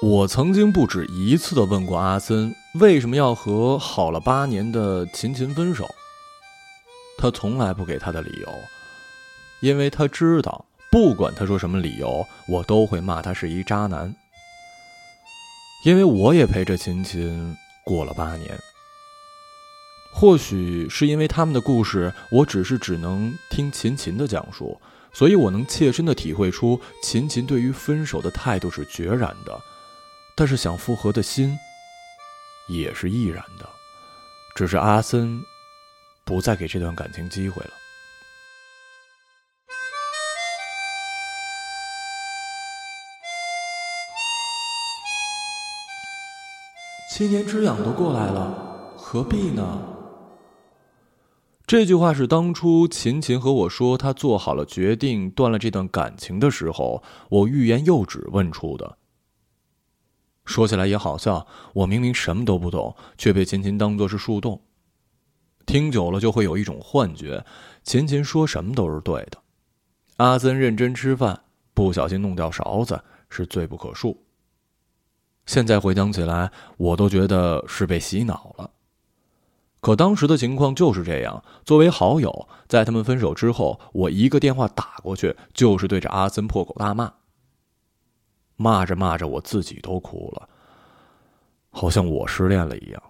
我曾经不止一次地问过阿森，为什么要和好了8年的秦秦分手。他从来不给他的理由，因为他知道，不管他说什么理由，我都会骂他是一渣男。因为我也陪着秦秦过了8年。或许是因为他们的故事，我只能听秦秦的讲述，所以我能切身地体会出秦秦对于分手的态度是决然的，但是想复合的心也是毅然的，只是阿森不再给这段感情机会了。7年之痒都过来了，何必呢？这句话是当初秦秦和我说他做好了决定断了这段感情的时候，我欲言又止问出的。说起来也好笑，我明明什么都不懂，却被秦秦当作是树洞。听久了就会有一种幻觉，秦秦说什么都是对的。阿森认真吃饭，不小心弄掉勺子，是罪不可恕。现在回想起来，我都觉得是被洗脑了。可当时的情况就是这样，作为好友，在他们分手之后，我一个电话打过去，就是对着阿森破口大骂。骂着骂着，我自己都哭了，好像我失恋了一样。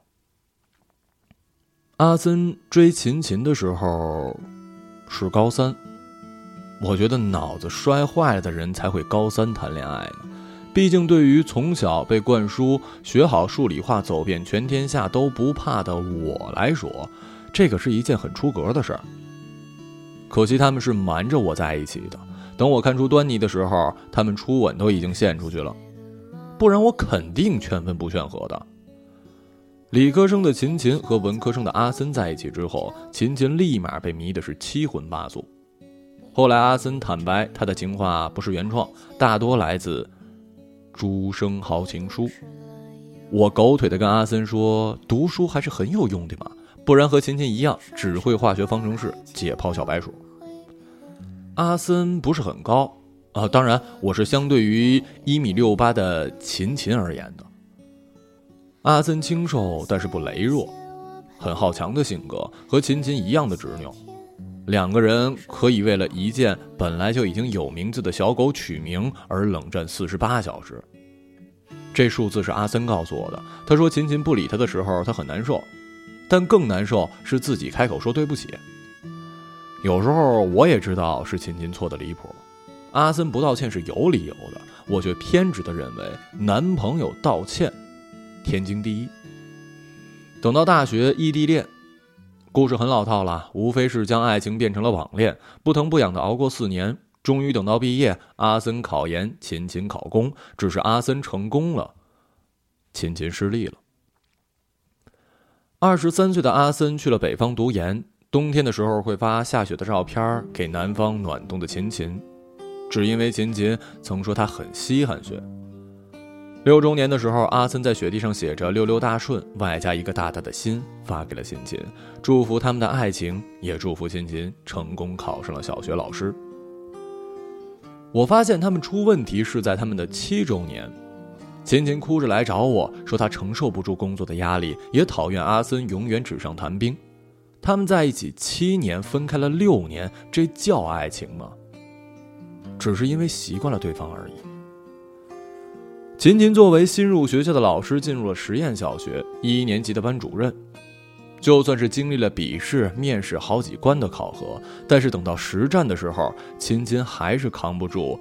阿森追秦秦的时候是高3，我觉得脑子摔坏了的人才会高3谈恋爱呢。毕竟对于从小被灌输学好数理化走遍全天下都不怕的我来说，这个是一件很出格的事儿。可惜他们是瞒着我在一起的，等我看出端倪的时候，他们初吻都已经献出去了，不然我肯定劝分不劝和的。理科生的秦秦和文科生的阿森在一起之后，秦秦立马被迷的是七荤八素。后来阿森坦白，他的情话不是原创，大多来自朱生豪情书。我狗腿的跟阿森说，读书还是很有用的嘛，不然和秦秦一样只会化学方程式，解剖小白鼠。阿森不是很高当然我是相对于1.68米的秦秦而言的。阿森清瘦但是不羸弱，很好强的性格，和秦秦一样的执拗。2个人可以为了一件本来就已经有名字的小狗取名而冷战48小时。这数字是阿森告诉我的，他说秦秦不理他的时候他很难受，但更难受是自己开口说对不起。有时候我也知道是秦秦错的离谱，阿森不道歉是有理由的，我却偏执地认为男朋友道歉天经地义。等到大学异地恋，故事很老套了，无非是将爱情变成了网恋，不疼不痒的熬过4年，终于等到毕业，阿森考研，秦秦考公，只是阿森成功了，秦秦失利了。23岁的阿森去了北方读研，冬天的时候会发下雪的照片给南方暖冬的秦秦，只因为秦秦曾说他很稀罕雪。6周年的时候，阿森在雪地上写着6大顺，外加一个大大的心，发给了秦秦，祝福他们的爱情，也祝福秦秦成功考上了小学老师。我发现他们出问题是在他们的7周年，秦秦哭着来找我说他承受不住工作的压力，也讨厌阿森永远纸上谈兵。他们在一起7年，分开了6年，这叫爱情吗？只是因为习惯了对方而已。秦秦作为新入学校的老师，进入了实验小学，11年级的班主任。就算是经历了笔试、面试好几关的考核，但是等到实战的时候，秦秦还是扛不住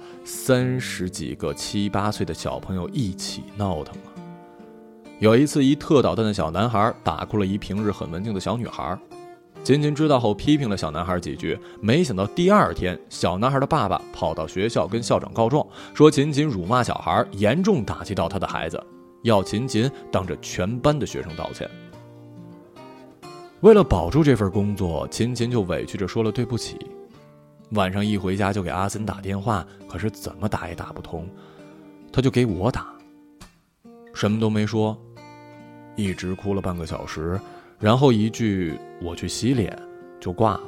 30几个7、8岁的小朋友一起闹腾啊。有一次，一特捣蛋的小男孩打哭了一平日很文静的小女孩，秦秦知道后批评了小男孩几句，没想到第2天，小男孩的爸爸跑到学校跟校长告状，说秦秦辱骂小孩，严重打击到他的孩子，要秦秦当着全班的学生道歉。为了保住这份工作，秦秦就委屈着说了对不起。晚上一回家就给阿森打电话，可是怎么打也打不通，他就给我打，什么都没说，一直哭了半个小时，然后一句我去洗脸就挂了。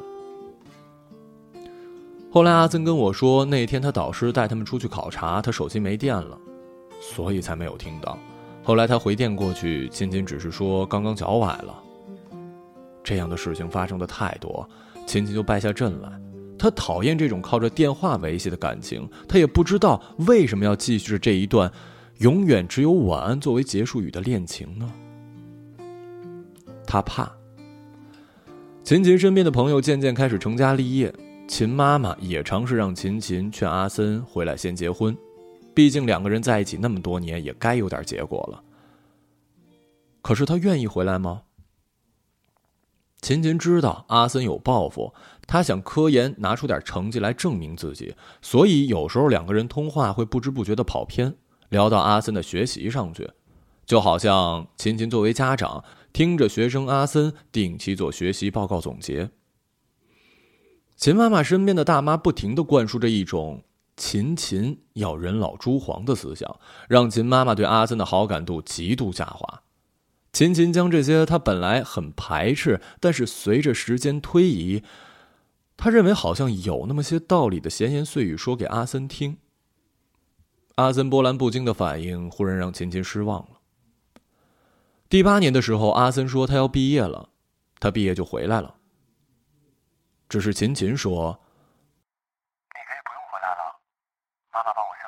后来阿森跟我说，那天他导师带他们出去考察，他手机没电了， 所以才没有听到。后来他回电过去，秦秦只是说刚刚脚崴了。这样的事情发生的太多，秦秦就败下阵来。他讨厌这种靠着电话维系的感情，他也不知道为什么要继续着这一段永远只有晚安作为结束语的恋情呢？他怕。秦秦身边的朋友渐渐开始成家立业，秦妈妈也尝试让秦秦劝阿森回来先结婚，毕竟两个人在一起那么多年，也该有点结果了。可是他愿意回来吗？秦秦知道阿森有抱负，他想科研拿出点成绩来证明自己，所以有时候两个人通话会不知不觉地跑偏，聊到阿森的学习上去，就好像秦秦作为家长听着学生阿森定期做学习报告总结。秦妈妈身边的大妈不停地灌输着一种秦秦要人老珠黄的思想，让秦妈妈对阿森的好感度极度下滑。秦秦将这些他本来很排斥，但是随着时间推移，他认为好像有那么些道理的闲言碎语说给阿森听。阿森波澜不惊的反应忽然让秦秦失望了。第8年的时候，阿森说他要毕业了，他毕业就回来了。只是秦秦说， 你可以不用回来了，妈妈帮我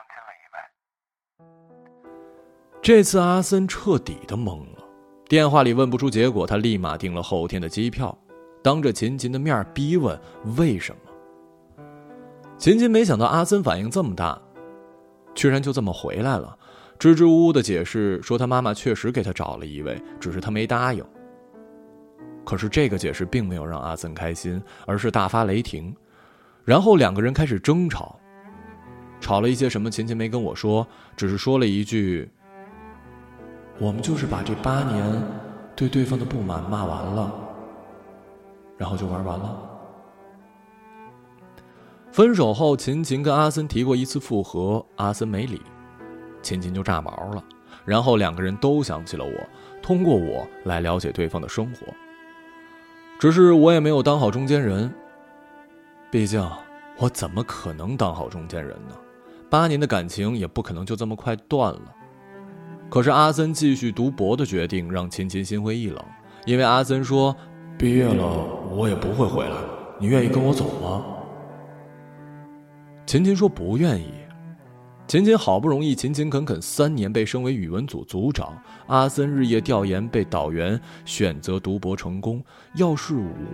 相亲了一位。 这次阿森彻底的懵了，电话里问不出结果，他立马订了后天的机票，当着秦秦的面逼问为什么。秦秦没想到阿森反应这么大，居然就这么回来了，支支吾吾的解释说他妈妈确实给他找了一位，只是他没答应。可是这个解释并没有让阿森开心，而是大发雷霆。然后两个人开始争吵，吵了一些什么秦秦没跟我说，只是说了一句，我们就是把这8年对对方的不满骂完了，然后就玩完了。分手后，秦秦跟阿森提过一次复合，阿森没理，秦秦就炸毛了。然后两个人都想起了我，通过我来了解对方的生活。只是我也没有当好中间人，毕竟我怎么可能当好中间人呢？8年的感情也不可能就这么快断了。可是阿森继续读博的决定让秦秦心灰意冷，因为阿森说，毕业了我也不会回来，你愿意跟我走吗？秦秦说不愿意。秦秦好不容易勤勤恳恳3年被升为语文组组长，阿森日夜调研被导员选择读博成功，要是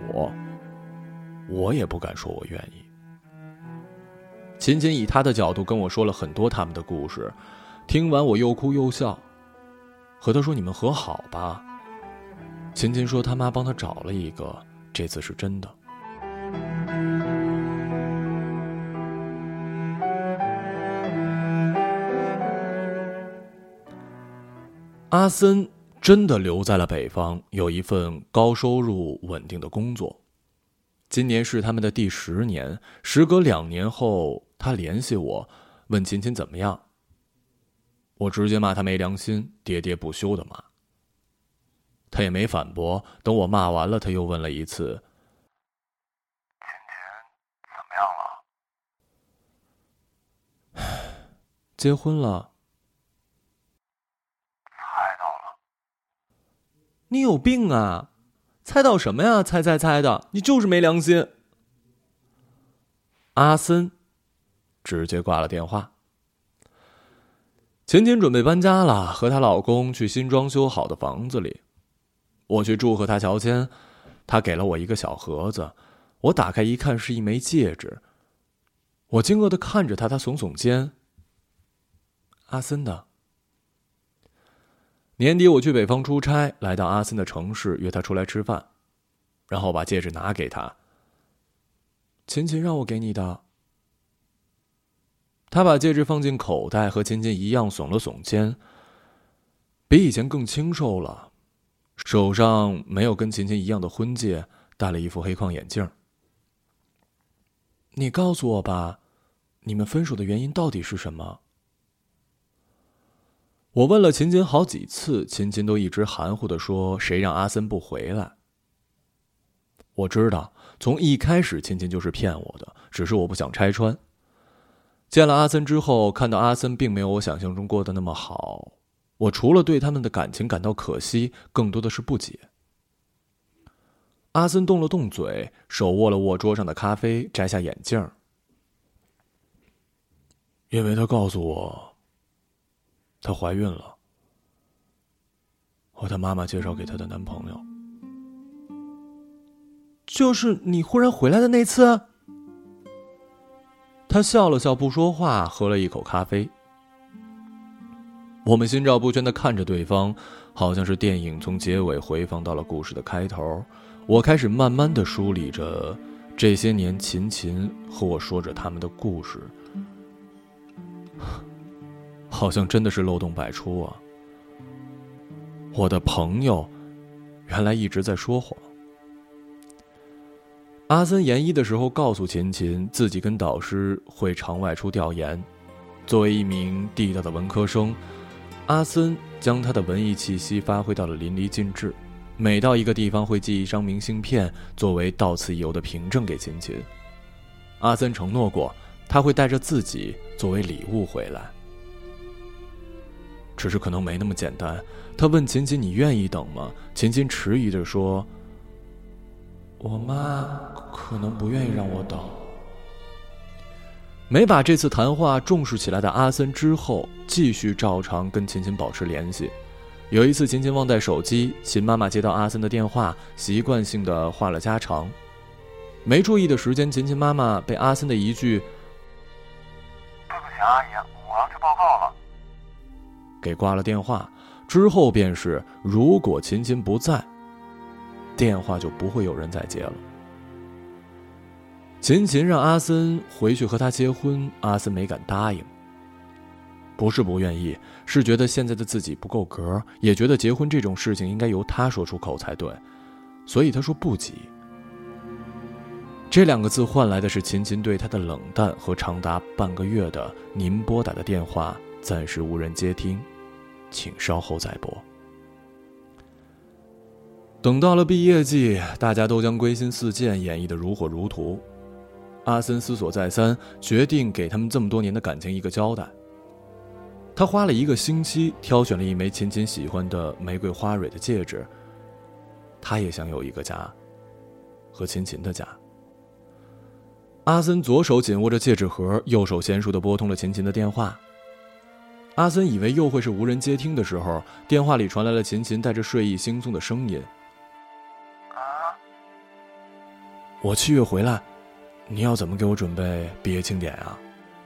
我也不敢说我愿意。秦秦以他的角度跟我说了很多他们的故事，听完我又哭又笑，和他说你们和好吧。秦秦说他妈帮他找了一个，这次是真的。阿森真的留在了北方，有一份高收入稳定的工作。今年是他们的第10年，时隔2年后，他联系我，问秦秦怎么样。我直接骂他没良心，喋喋不休的骂。他也没反驳，等我骂完了，他又问了一次：“ 秦秦怎么样了？” 结婚了。 猜到了。 你有病啊！猜到什么呀？猜的，你就是没良心。阿森直接挂了电话。秦秦准备搬家了，和她老公去新装修好的房子里。我去祝贺她乔迁，她给了我一个小盒子，我打开一看是一枚戒指。我惊愕地看着她，她耸耸肩。阿森的。年底我去北方出差，来到阿森的城市，约他出来吃饭，然后把戒指拿给他。秦秦让我给你的。他把戒指放进口袋，和秦秦一样耸了耸肩，比以前更清瘦了，手上没有跟秦秦一样的婚戒，戴了一副黑框眼镜。你告诉我吧，你们分手的原因到底是什么？我问了秦秦好几次，秦秦都一直含糊地说谁让阿森不回来。我知道从一开始秦秦就是骗我的，只是我不想拆穿。 见了阿森之后，看到阿森并没有我想象中过得那么好，我除了对他们的感情感到可惜，更多的是不解。阿森动了动嘴，手握了握桌上的咖啡，摘下眼镜。因为他告诉我，她怀孕了，和她妈妈介绍给她的男朋友。就是你忽然回来的那次？他笑了笑，不说话，喝了一口咖啡。我们心照不宣地看着对方，好像是电影从结尾回放到了故事的开头。我开始慢慢地梳理着这些年秦秦和我说着他们的故事，好像真的是漏洞百出啊！我的朋友原来一直在说谎。阿森研一的时候告诉秦秦，自己跟导师会常外出调研。作为一名地道的文科生，阿森将他的文艺气息发挥到了淋漓尽致。每到一个地方会寄一张明信片作为到此一游的凭证给秦秦。阿森承诺过，他会带着自己作为礼物回来。只是可能没那么简单。他问秦秦：“你愿意等吗？”秦秦迟疑着说：“我妈可能不愿意让我等。”没把这次谈话重视起来的阿森之后，继续照常跟秦秦保持联系。有一次秦秦忘带手机，秦妈妈接到阿森的电话，习惯性的话了家常。没注意的时间，秦秦妈妈被阿森的一句“ 对不起阿姨，我要去报告了” 给挂了电话。之后便是如果秦秦不在，电话就不会有人再接了。秦秦让阿森回去和他结婚，阿森没敢答应。不是不愿意，是觉得现在的自己不够格，也觉得结婚这种事情应该由他说出口才对，所以他说不急。这2个字换来的是秦秦对他的冷淡和长达半个月的“您拨打的电话暂时无人接听，请稍后再拨”。等到了毕业季，大家都将归心似箭演绎得如火如荼。阿森思索再三，决定给他们这么多年的感情一个交代。他花了1个星期挑选了一枚秦秦喜欢的玫瑰花蕊的戒指。他也想有一个家，和秦秦的家。阿森左手紧握着戒指盒，右手娴熟地拨通了秦秦的电话。阿森以为又会是无人接听的时候，电话里传来了秦秦带着睡意惺忪的声音：“我7月回来，你要怎么给我准备毕业庆典啊？”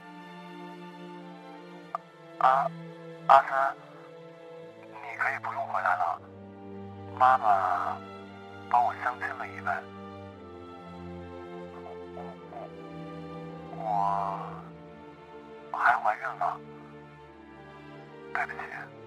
阿森，你可以不用回来了，妈妈帮我相亲了一位，我还怀孕了，对不起。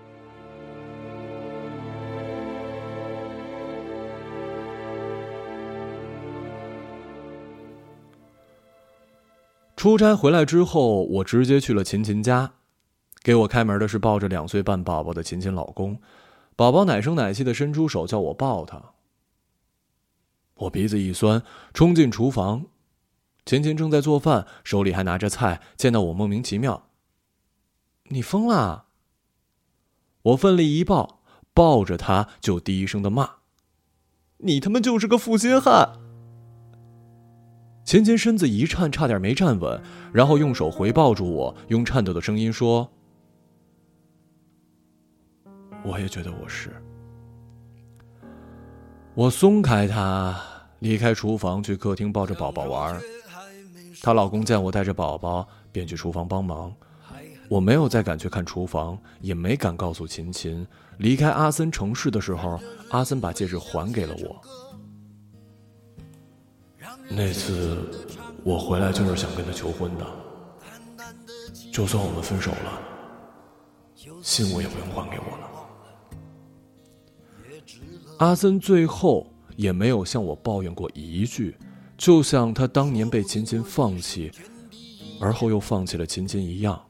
出差回来之后，我直接去了秦秦家。给我开门的是抱着2岁半宝宝的秦秦老公，宝宝奶声奶气地伸出手叫我抱他。我鼻子一酸，冲进厨房，秦秦正在做饭，手里还拿着菜，见到我莫名其妙：“你疯了？”我奋力一抱，抱着他就低声地骂：“你他妈就是个负心汉！”秦秦身子一颤，差点没站稳，然后用手回抱住我，用颤抖的声音说：“我也觉得我是。”我松开她，离开厨房去客厅抱着宝宝玩。她老公见我带着宝宝，便去厨房帮忙。我没有再敢去看厨房，也没敢告诉秦秦。离开阿森城市的时候，阿森把戒指还给了我。那次我回来就是想跟他求婚的，就算我们分手了，信我也不用还给我了。阿森最后也没有向我抱怨过一句，就像他当年被秦秦放弃，而后又放弃了秦秦一样。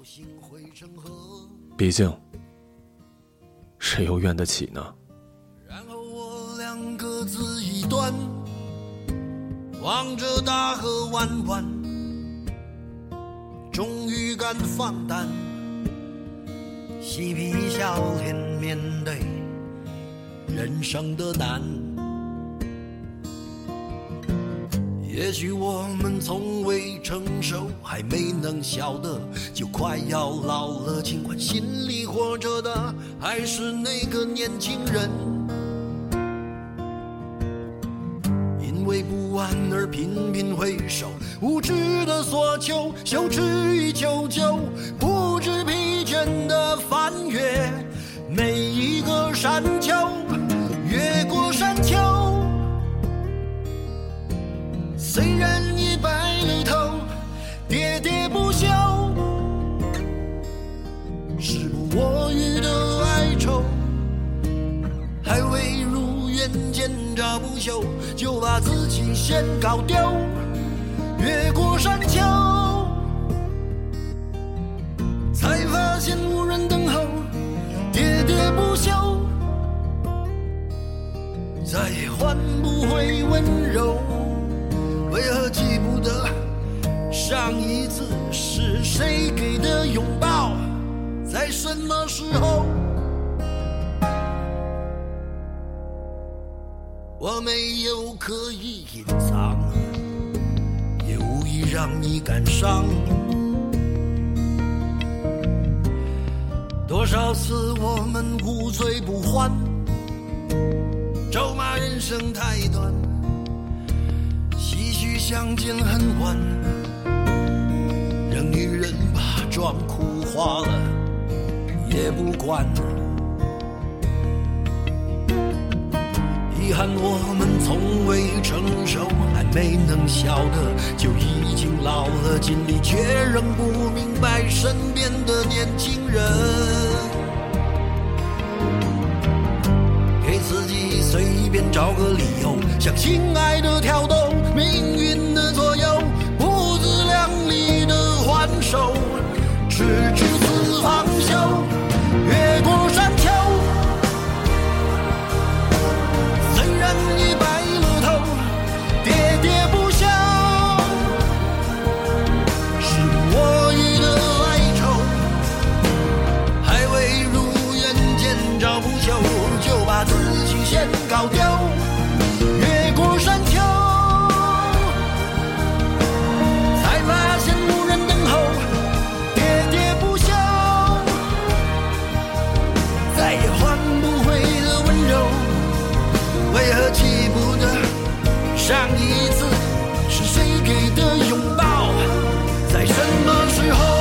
毕竟谁又怨得起呢？ 然后我俩各自一端，望着大河弯弯， 终于敢放胆，嬉皮笑脸面对人生的难。也许我们从未成熟，还没能晓得，就快要老了，尽管心里活着的还是那个年轻人。因为不安而频频回首，无知的索求，羞耻与求救，不知疲倦的翻越每一个山丘，越过山丘。虽然已白了头，喋喋不休，时不我予的哀愁，还未如愿见着不朽，就把自己先搞丢。越过山丘，才发现无人等候，喋喋不休，再也换不回温柔。为何记不得上一次是谁给的拥抱，在什么时候？我没有刻意隐藏，也无意让你感伤。多少次我们无醉不欢，咒骂人生太短，相见恨晚，让女人把妆哭花了也不管。遗憾我们从未成熟，还没能晓得，就已经老了，尽力却仍不明白身边的年轻人。给自己随便找个理由，向亲爱的挑逗，命运的左右，不自量力的还手，直至死方休。越过山丘，虽然已白了头，喋喋不休，时不我予的哀愁，还未如愿见着不朽，就把自己先搞丢。越过山丘，才发现无人等候，喋喋不休，再也换不回的温柔。为何记不得上一次是谁给的拥抱，在什么时候？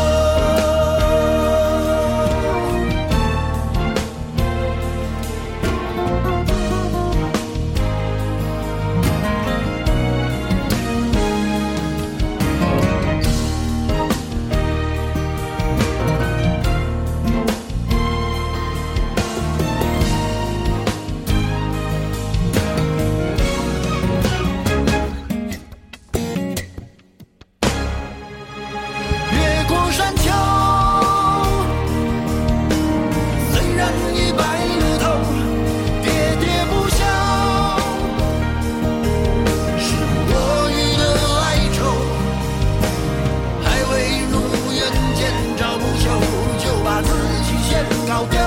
搞掉。